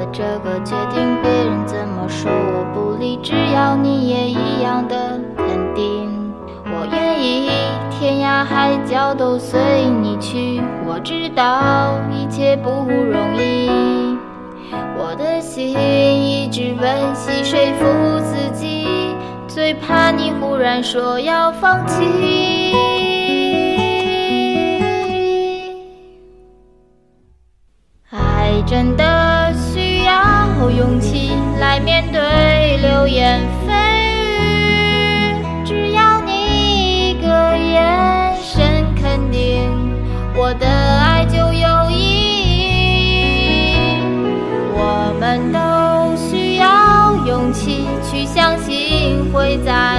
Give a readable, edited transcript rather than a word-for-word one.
这个决定，别人怎么说我不理，只要你也一样的肯定。我愿意天涯海角都随你去，我知道一切不容易，我的心一直温习说服自己，最怕你忽然说要放弃。爱真的需要勇气来面对流言蜚语，只要你一个眼神肯定，我的爱就有意义。我们都需要勇气去相信会在